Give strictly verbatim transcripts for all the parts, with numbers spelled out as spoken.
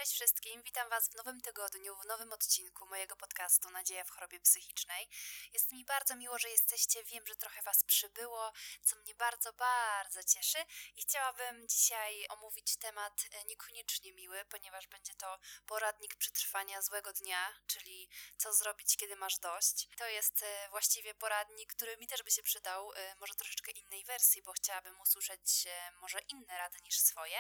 Cześć wszystkim, witam Was w nowym tygodniu, w nowym odcinku mojego podcastu Nadzieja w chorobie psychicznej. Jest mi bardzo miło, że jesteście, wiem, że trochę Was przybyło, co mnie bardzo, bardzo cieszy i chciałabym dzisiaj omówić temat e, niekoniecznie miły, ponieważ będzie to poradnik przetrwania złego dnia, czyli co zrobić, kiedy masz dość. To jest e, właściwie poradnik, który mi też by się przydał, e, może troszeczkę innej wersji, bo chciałabym usłyszeć e, może inne rady niż swoje,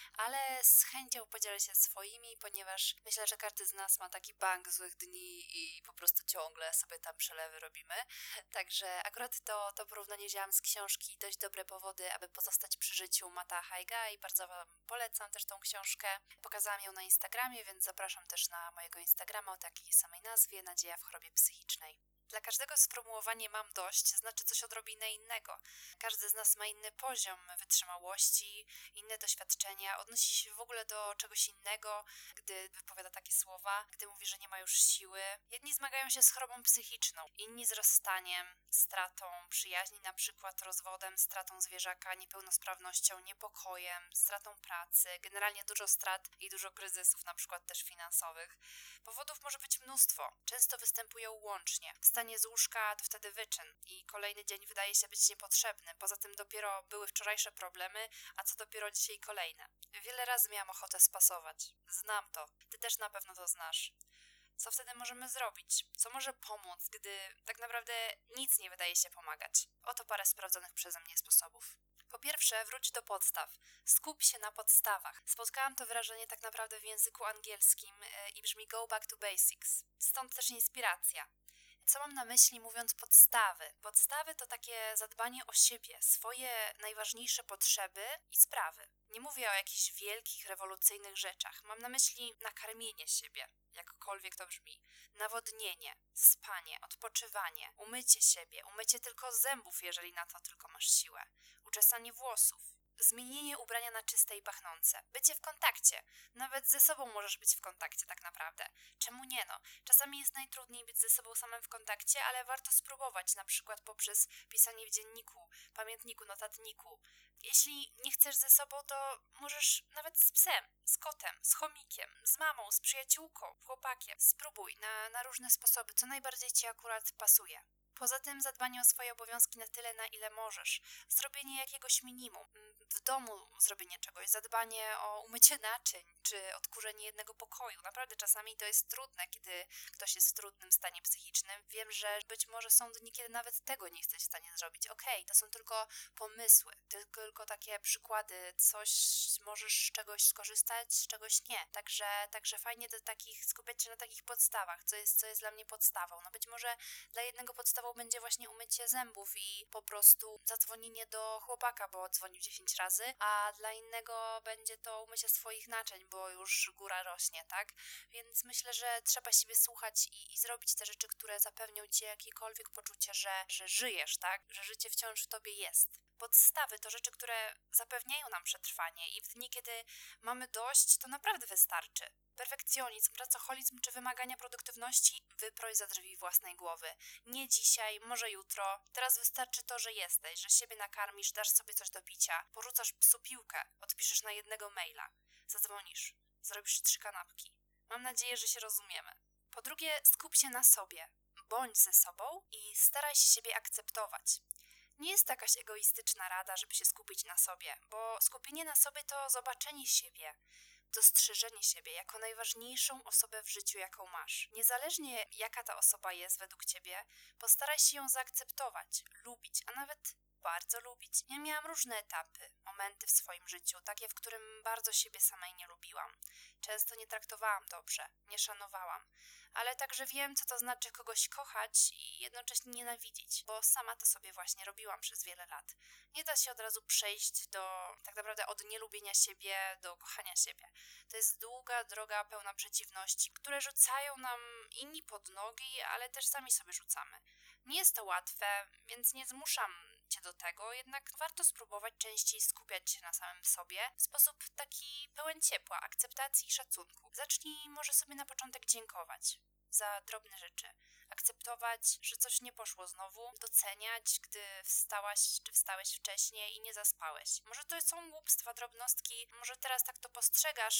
ale z chęcią podzielę się swoimi, ponieważ myślę, że każdy z nas ma taki bank złych dni i po prostu ciągle sobie tam przelewy robimy. Także akurat to, to porównanie wzięłam z książki Dość dobre powody, aby pozostać przy życiu Matta Haiga i bardzo Wam polecam też tą książkę. Pokazałam ją na Instagramie, więc zapraszam też na mojego Instagrama o takiej samej nazwie, Nadzieja w chorobie psychicznej. Dla każdego sformułowanie mam dość znaczy coś odrobinę innego. Każdy z nas ma inny poziom wytrzymałości, inne doświadczenia, odnosi się w ogóle do czegoś innego, gdy wypowiada takie słowa, gdy mówi, że nie ma już siły. Jedni zmagają się z chorobą psychiczną, inni z rozstaniem, stratą przyjaźni, na przykład rozwodem, stratą zwierzaka, niepełnosprawnością, niepokojem, stratą pracy, generalnie dużo strat i dużo kryzysów, na przykład też finansowych. Powodów może być mnóstwo, często występują łącznie. Wstanie z łóżka to wtedy wyczyn i kolejny dzień wydaje się być niepotrzebny. Poza tym dopiero były wczorajsze problemy, a co dopiero dzisiaj kolejne. Wiele razy miałam ochotę spasować. Znam to. Ty też na pewno to znasz. Co wtedy możemy zrobić? Co może pomóc, gdy tak naprawdę nic nie wydaje się pomagać? Oto parę sprawdzonych przeze mnie sposobów. Po pierwsze, wróć do podstaw. Skup się na podstawach. Spotkałam to wyrażenie tak naprawdę w języku angielskim yy, i brzmi go back to basics. Stąd też inspiracja. Co mam na myśli mówiąc podstawy? Podstawy to takie zadbanie o siebie, swoje najważniejsze potrzeby i sprawy. Nie mówię o jakichś wielkich, rewolucyjnych rzeczach. Mam na myśli nakarmienie siebie, jakkolwiek to brzmi. Nawodnienie, spanie, odpoczywanie, umycie siebie, umycie tylko zębów, jeżeli na to tylko masz siłę. Uczesanie włosów. Zmienienie ubrania na czyste i pachnące. Bycie w kontakcie. Nawet ze sobą możesz być w kontakcie tak naprawdę. Czemu nie no? Czasami jest najtrudniej być ze sobą samym w kontakcie, ale warto spróbować, na przykład poprzez pisanie w dzienniku, pamiętniku, notatniku. Jeśli nie chcesz ze sobą, to możesz nawet z psem, z kotem, z chomikiem, z mamą, z przyjaciółką, chłopakiem. Spróbuj na, na różne sposoby, co najbardziej Ci akurat pasuje. Poza tym zadbanie o swoje obowiązki na tyle, na ile możesz. Zrobienie jakiegoś minimum. W domu zrobienie czegoś. Zadbanie o umycie naczyń, czy odkurzenie jednego pokoju. Naprawdę czasami to jest trudne, kiedy ktoś jest w trudnym stanie psychicznym. Wiem, że być może są dni, kiedy nawet tego nie jesteś w stanie zrobić. Okej, okay, to są tylko pomysły, tylko takie przykłady. Coś możesz z czegoś skorzystać, z czegoś nie. Także, także fajnie do takich, skupiać się na takich podstawach, co jest, co jest dla mnie podstawą. No być może dla jednego podstawą będzie właśnie umycie zębów i po prostu zadzwonienie do chłopaka, bo dzwonił dziesięć razy, a dla innego będzie to umycie swoich naczyń, bo już góra rośnie, tak? Więc myślę, że trzeba siebie słuchać i, i zrobić te rzeczy, które zapewnią Ci jakiekolwiek poczucie, że, że żyjesz, tak? Że życie wciąż w Tobie jest. Podstawy to rzeczy, które zapewniają nam przetrwanie i w dni, kiedy mamy dość, to naprawdę wystarczy. Perfekcjonizm, pracoholizm czy wymagania produktywności wyproś za drzwi własnej głowy. Nie dzisiaj, może jutro. Teraz wystarczy to, że jesteś, że siebie nakarmisz, dasz sobie coś do picia, porzucasz psu piłkę, odpiszesz na jednego maila, zadzwonisz, zrobisz trzy kanapki. Mam nadzieję, że się rozumiemy. Po drugie, skup się na sobie. Bądź ze sobą i staraj się siebie akceptować. Nie jest to jakaś egoistyczna rada, żeby się skupić na sobie, bo skupienie na sobie to zobaczenie siebie, dostrzeżenie siebie jako najważniejszą osobę w życiu, jaką masz. Niezależnie jaka ta osoba jest według Ciebie, postaraj się ją zaakceptować, lubić, a nawet bardzo lubić. Ja miałam różne etapy, momenty w swoim życiu, takie, w którym bardzo siebie samej nie lubiłam. Często nie traktowałam dobrze, nie szanowałam. Ale także wiem, co to znaczy kogoś kochać i jednocześnie nienawidzić, bo sama to sobie właśnie robiłam przez wiele lat. Nie da się od razu przejść do, tak naprawdę od nielubienia siebie do kochania siebie. To jest długa droga pełna przeciwności, które rzucają nam inni pod nogi, ale też sami sobie rzucamy. Nie jest to łatwe, więc nie zmuszam Cię do tego, jednak warto spróbować częściej skupiać się na samym sobie w sposób taki pełen ciepła, akceptacji i szacunku. Zacznij może sobie na początek dziękować za drobne rzeczy. Akceptować, że coś nie poszło znowu, doceniać, gdy wstałaś czy wstałeś wcześniej i nie zaspałeś. Może to są głupstwa, drobnostki, może teraz tak to postrzegasz,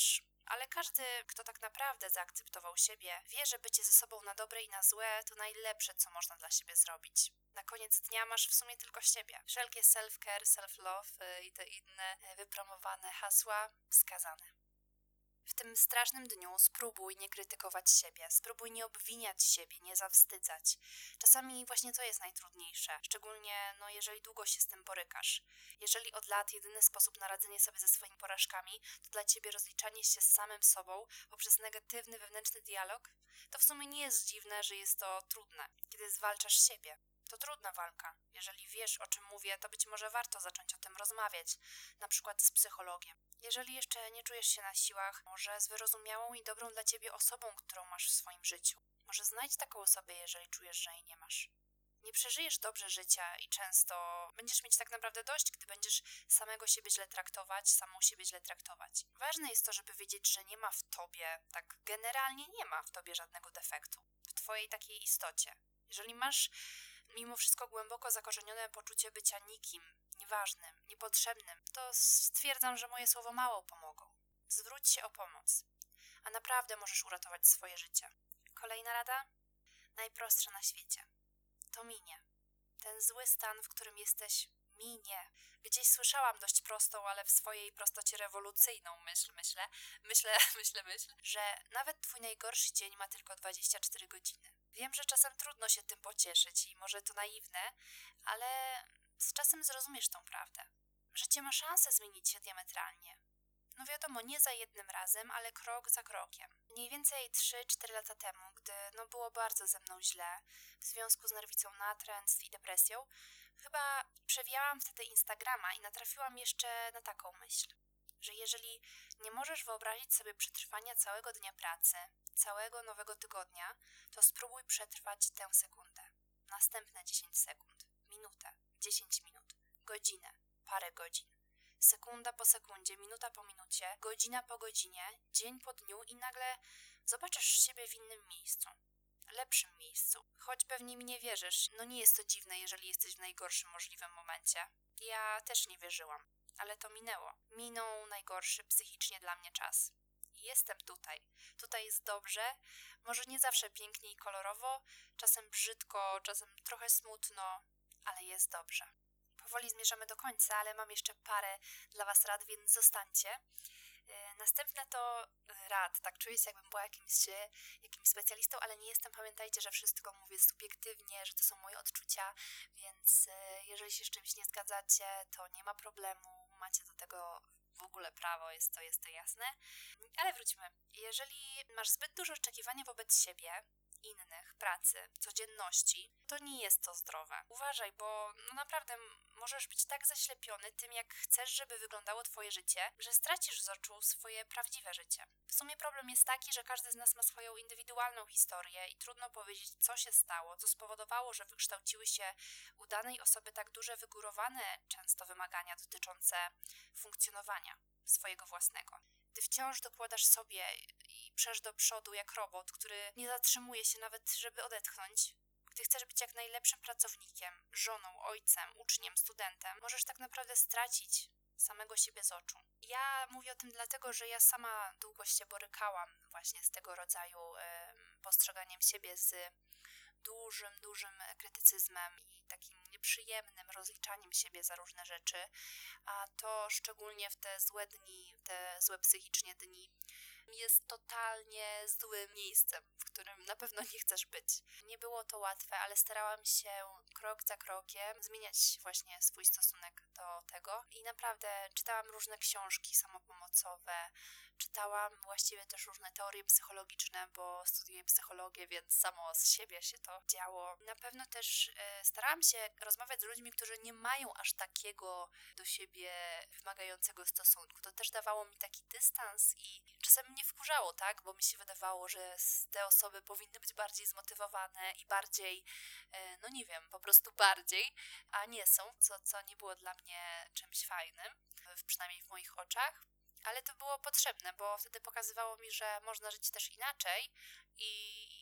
ale każdy, kto tak naprawdę zaakceptował siebie, wie, że bycie ze sobą na dobre i na złe to najlepsze, co można dla siebie zrobić. Na koniec dnia masz w sumie tylko siebie. Wszelkie self-care, self-love i te inne wypromowane hasła wskazane. W tym strasznym dniu spróbuj nie krytykować siebie, spróbuj nie obwiniać siebie, nie zawstydzać. Czasami właśnie to jest najtrudniejsze, szczególnie no, jeżeli długo się z tym borykasz. Jeżeli od lat jedyny sposób na radzenie sobie ze swoimi porażkami to dla ciebie rozliczanie się z samym sobą poprzez negatywny wewnętrzny dialog, to w sumie nie jest dziwne, że jest to trudne, kiedy zwalczasz siebie. To trudna walka. Jeżeli wiesz, o czym mówię, to być może warto zacząć o tym rozmawiać, na przykład z psychologiem. Jeżeli jeszcze nie czujesz się na siłach, może z wyrozumiałą i dobrą dla ciebie osobą, którą masz w swoim życiu. Może znajdź taką osobę, jeżeli czujesz, że jej nie masz. Nie przeżyjesz dobrze życia i często będziesz mieć tak naprawdę dość, gdy będziesz samego siebie źle traktować, samą siebie źle traktować. Ważne jest to, żeby wiedzieć, że nie ma w tobie, tak generalnie nie ma w tobie żadnego defektu, w twojej takiej istocie. Jeżeli masz mimo wszystko głęboko zakorzenione poczucie bycia nikim, nieważnym, niepotrzebnym, to stwierdzam, że moje słowa mało pomogą. Zwróć się o pomoc, a naprawdę możesz uratować swoje życie. Kolejna rada? Najprostsza na świecie. To minie. Ten zły stan, w którym jesteś, minie. Gdzieś słyszałam dość prostą, ale w swojej prostocie rewolucyjną myśl, myślę, myślę, myślę, myśl, że nawet twój najgorszy dzień ma tylko dwadzieścia cztery godziny. Wiem, że czasem trudno się tym pocieszyć i może to naiwne, ale z czasem zrozumiesz tą prawdę. Życie ma szansę zmienić się diametralnie. No wiadomo, nie za jednym razem, ale krok za krokiem. Mniej więcej trzy cztery lata temu, gdy no było bardzo ze mną źle, w związku z nerwicą natręctw i depresją, chyba przewijałam wtedy Instagrama i natrafiłam jeszcze na taką myśl, że jeżeli nie możesz wyobrazić sobie przetrwania całego dnia pracy, całego nowego tygodnia, to spróbuj przetrwać tę sekundę, następne dziesięć sekund, minutę, dziesięć minut, godzinę, parę godzin. Sekunda po sekundzie, minuta po minucie, godzina po godzinie, dzień po dniu i nagle zobaczysz siebie w innym miejscu, lepszym miejscu. Choć pewnie mi nie wierzysz, no nie jest to dziwne, jeżeli jesteś w najgorszym możliwym momencie. Ja też nie wierzyłam, ale to minęło. Minął najgorszy psychicznie dla mnie czas. Jestem tutaj. Tutaj jest dobrze, może nie zawsze pięknie i kolorowo, czasem brzydko, czasem trochę smutno, ale jest dobrze. Powoli zmierzamy do końca, ale mam jeszcze parę dla was rad, więc zostańcie. Następne to rad, tak czuję się, jakbym była jakimś, jakimś specjalistą, ale nie jestem. Pamiętajcie, że wszystko mówię subiektywnie, że to są moje odczucia, więc jeżeli się z czymś nie zgadzacie, to nie ma problemu, macie do tego w ogóle prawo, jest to, jest to jasne. Ale wróćmy. Jeżeli masz zbyt duże oczekiwania wobec siebie, innych, pracy, codzienności, to nie jest to zdrowe. Uważaj, bo no naprawdę możesz być tak zaślepiony tym, jak chcesz, żeby wyglądało twoje życie, że stracisz z oczu swoje prawdziwe życie. W sumie problem jest taki, że każdy z nas ma swoją indywidualną historię i trudno powiedzieć, co się stało, co spowodowało, że wykształciły się u danej osoby tak duże, wygórowane często wymagania dotyczące funkcjonowania swojego własnego. Gdy wciąż dokładasz sobie i przesz do przodu jak robot, który nie zatrzymuje się nawet, żeby odetchnąć, gdy chcesz być jak najlepszym pracownikiem, żoną, ojcem, uczniem, studentem, możesz tak naprawdę stracić samego siebie z oczu. Ja mówię o tym dlatego, że ja sama długo się borykałam właśnie z tego rodzaju y, postrzeganiem siebie, z dużym, dużym krytycyzmem i takim nieprzyjemnym rozliczaniem siebie za różne rzeczy, a to szczególnie w te złe dni, te złe psychicznie dni, jest totalnie złym miejscem, w którym na pewno nie chcesz być. Nie było to łatwe, ale starałam się krok za krokiem zmieniać właśnie swój stosunek do tego i naprawdę czytałam różne książki samopomocowe, czytałam właściwie też różne teorie psychologiczne, bo studiuję psychologię, więc samo z siebie się to działo. Na pewno też e, starałam się rozmawiać z ludźmi, którzy nie mają aż takiego do siebie wymagającego stosunku. To też dawało mi taki dystans i czasem mnie wkurzało, tak? Bo mi się wydawało, że te osoby powinny być bardziej zmotywowane i bardziej, e, no nie wiem, po prostu bardziej, a nie są, co, co nie było dla mnie czymś fajnym, przynajmniej w moich oczach. Ale to było potrzebne, bo wtedy pokazywało mi, że można żyć też inaczej i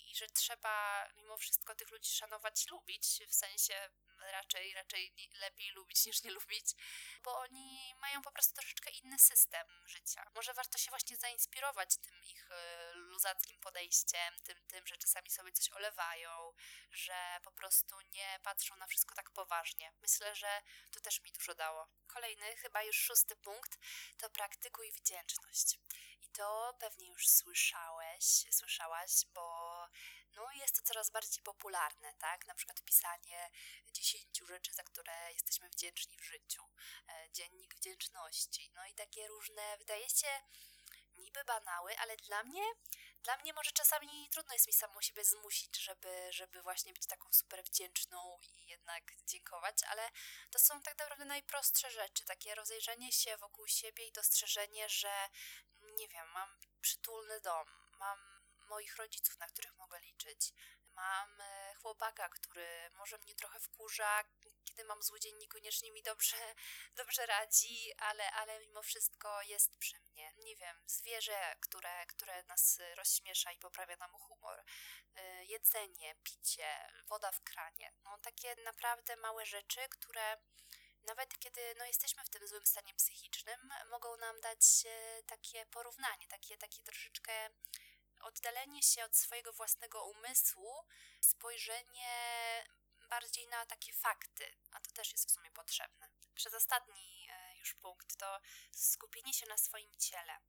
i że trzeba mimo wszystko tych ludzi szanować i lubić, w sensie raczej, raczej lepiej lubić niż nie lubić, bo oni mają po prostu troszeczkę inny system życia. Może warto się właśnie zainspirować tym ich y, luzackim podejściem, tym, tym, że czasami sobie coś olewają, że po prostu nie patrzą na wszystko tak poważnie. Myślę, że to też mi dużo dało. Kolejny, chyba już szósty punkt, to praktykuj wdzięczność. I to pewnie już słyszałeś, słyszałaś, bo no, jest to coraz bardziej popularne, tak? Na przykład pisanie dziesięciu rzeczy, za które jesteśmy wdzięczni w życiu, e, dziennik wdzięczności, no i takie różne, wydaje się, niby banały, ale dla mnie, dla mnie może czasami trudno jest mi samą siebie zmusić, żeby, żeby właśnie być taką super wdzięczną i jednak dziękować, ale to są tak naprawdę najprostsze rzeczy, takie rozejrzenie się wokół siebie i dostrzeżenie, że nie wiem, mam przytulny dom, mam moich rodziców, na których mogę liczyć, mam e, chłopaka, który może mnie trochę wkurza, kiedy mam zły dzień, niekoniecznie mi dobrze, dobrze radzi, ale, ale mimo wszystko jest przy mnie. Nie wiem, zwierzę, które, które nas rozśmiesza i poprawia nam humor, e, jedzenie, picie, woda w kranie. No takie naprawdę małe rzeczy, które nawet kiedy no, jesteśmy w tym złym stanie psychicznym, mogą nam dać e, takie porównanie, takie, takie troszeczkę oddalenie się od swojego własnego umysłu, spojrzenie bardziej na takie fakty, a to też jest w sumie potrzebne. Przedostatni e, już punkt to skupienie się na swoim ciele.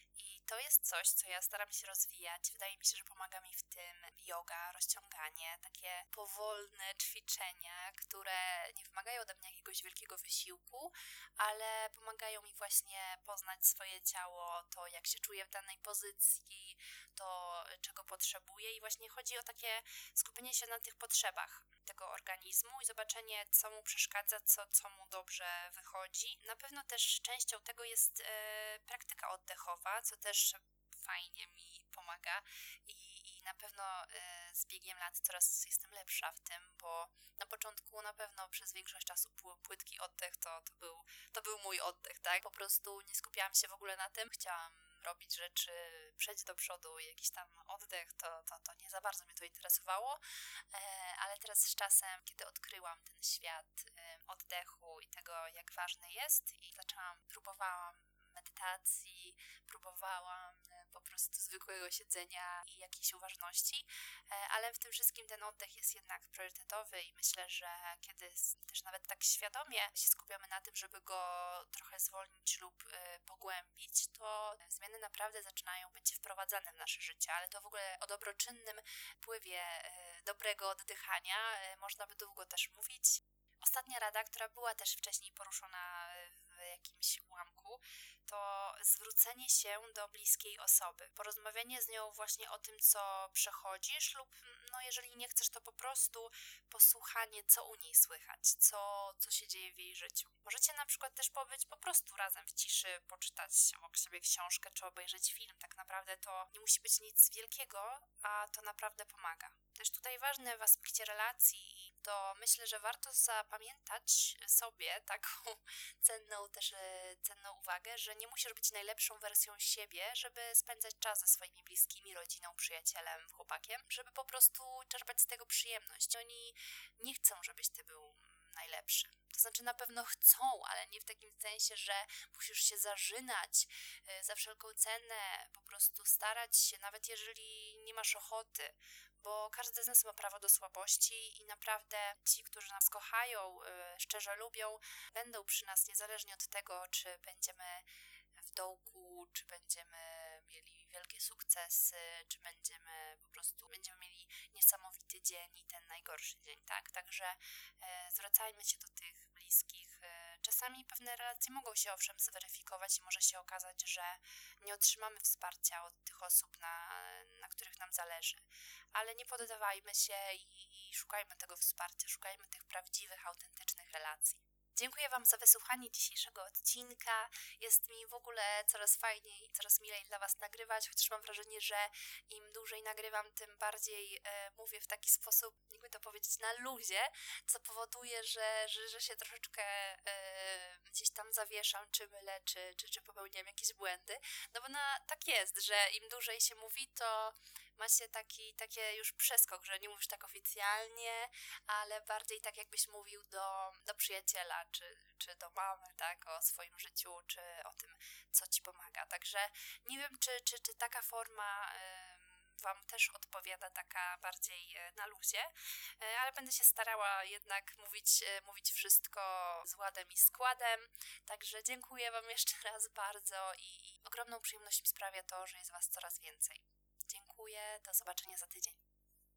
I to jest coś, co ja staram się rozwijać. Wydaje mi się, że pomaga mi w tym yoga, rozciąganie, takie powolne ćwiczenia, które nie wymagają ode mnie jakiegoś wielkiego wysiłku, ale pomagają mi właśnie poznać swoje ciało, to jak się czuję w danej pozycji, to czego potrzebuję i właśnie chodzi o takie skupienie się na tych potrzebach tego organizmu i zobaczenie, co mu przeszkadza, co, co mu dobrze wychodzi. Na pewno też częścią tego jest e, praktyka oddechowa, co też fajnie mi pomaga i, i na pewno e, z biegiem lat coraz jestem lepsza w tym, bo na początku na pewno przez większość czasu płytki oddech to, to, był, to był mój oddech, tak? Po prostu nie skupiałam się w ogóle na tym, chciałam robić rzeczy, przejść do przodu, jakiś tam oddech, to, to, to nie za bardzo mnie to interesowało, e, ale teraz z czasem, kiedy odkryłam ten świat e, oddechu i tego, jak ważny jest i zaczęłam, próbowałam medytacji, próbowałam po prostu zwykłego siedzenia i jakiejś uważności, ale w tym wszystkim ten oddech jest jednak priorytetowy i myślę, że kiedy też nawet tak świadomie się skupiamy na tym, żeby go trochę zwolnić lub pogłębić, to zmiany naprawdę zaczynają być wprowadzane w nasze życie, ale to w ogóle o dobroczynnym wpływie dobrego oddychania można by długo też mówić. Ostatnia rada, która była też wcześniej poruszona w jakimś ułamku, to zwrócenie się do bliskiej osoby. Porozmawianie z nią właśnie o tym, co przechodzisz lub no jeżeli nie chcesz, to po prostu posłuchanie, co u niej słychać, co, co się dzieje w jej życiu. Możecie na przykład też pobyć po prostu razem w ciszy, poczytać obok siebie książkę czy obejrzeć film. Tak naprawdę to nie musi być nic wielkiego, a to naprawdę pomaga. Też tutaj ważne w aspekcie relacji to myślę, że warto zapamiętać sobie taką cenną też cenną uwagę, że nie musisz być najlepszą wersją siebie, żeby spędzać czas ze swoimi bliskimi, rodziną, przyjacielem, chłopakiem, żeby po prostu czerpać z tego przyjemność. Oni nie chcą, żebyś ty był najlepszy. To znaczy na pewno chcą, ale nie w takim sensie, że musisz się zażynać za wszelką cenę, po prostu starać się, nawet jeżeli nie masz ochoty, bo każdy z nas ma prawo do słabości i naprawdę ci, którzy nas kochają, szczerze lubią, będą przy nas niezależnie od tego, czy będziemy w dołku, czy będziemy mieli wielkie sukcesy, czy będziemy po prostu, będziemy mieli niesamowity dzień i ten najgorszy dzień, tak? Także e, zwracajmy się do tych bliskich. E, czasami pewne relacje mogą się owszem zweryfikować i może się okazać, że nie otrzymamy wsparcia od tych osób, na, na których nam zależy, ale nie poddawajmy się i, i szukajmy tego wsparcia, szukajmy tych prawdziwych, autentycznych relacji. Dziękuję Wam za wysłuchanie dzisiejszego odcinka. Jest mi w ogóle coraz fajniej i coraz milej dla Was nagrywać, chociaż mam wrażenie, że im dłużej nagrywam, tym bardziej e, mówię w taki sposób, jakby to powiedzieć, na luzie, co powoduje, że, że, że się troszeczkę e, gdzieś tam zawieszam, czy mylę, czy, czy, czy popełniam jakieś błędy. No bo na, tak jest, że im dłużej się mówi, to macie taki, takie już przeskok, że nie mówisz tak oficjalnie, ale bardziej tak jakbyś mówił do, do przyjaciela, czy, czy do mamy, tak, o swoim życiu, czy o tym, co ci pomaga. Także nie wiem, czy, czy, czy taka forma Wam też odpowiada, taka bardziej na luzie, ale będę się starała jednak mówić, mówić wszystko z ładem i składem. Także dziękuję Wam jeszcze raz bardzo i ogromną przyjemność mi sprawia to, że jest Was coraz więcej. Dziękuję, do zobaczenia za tydzień.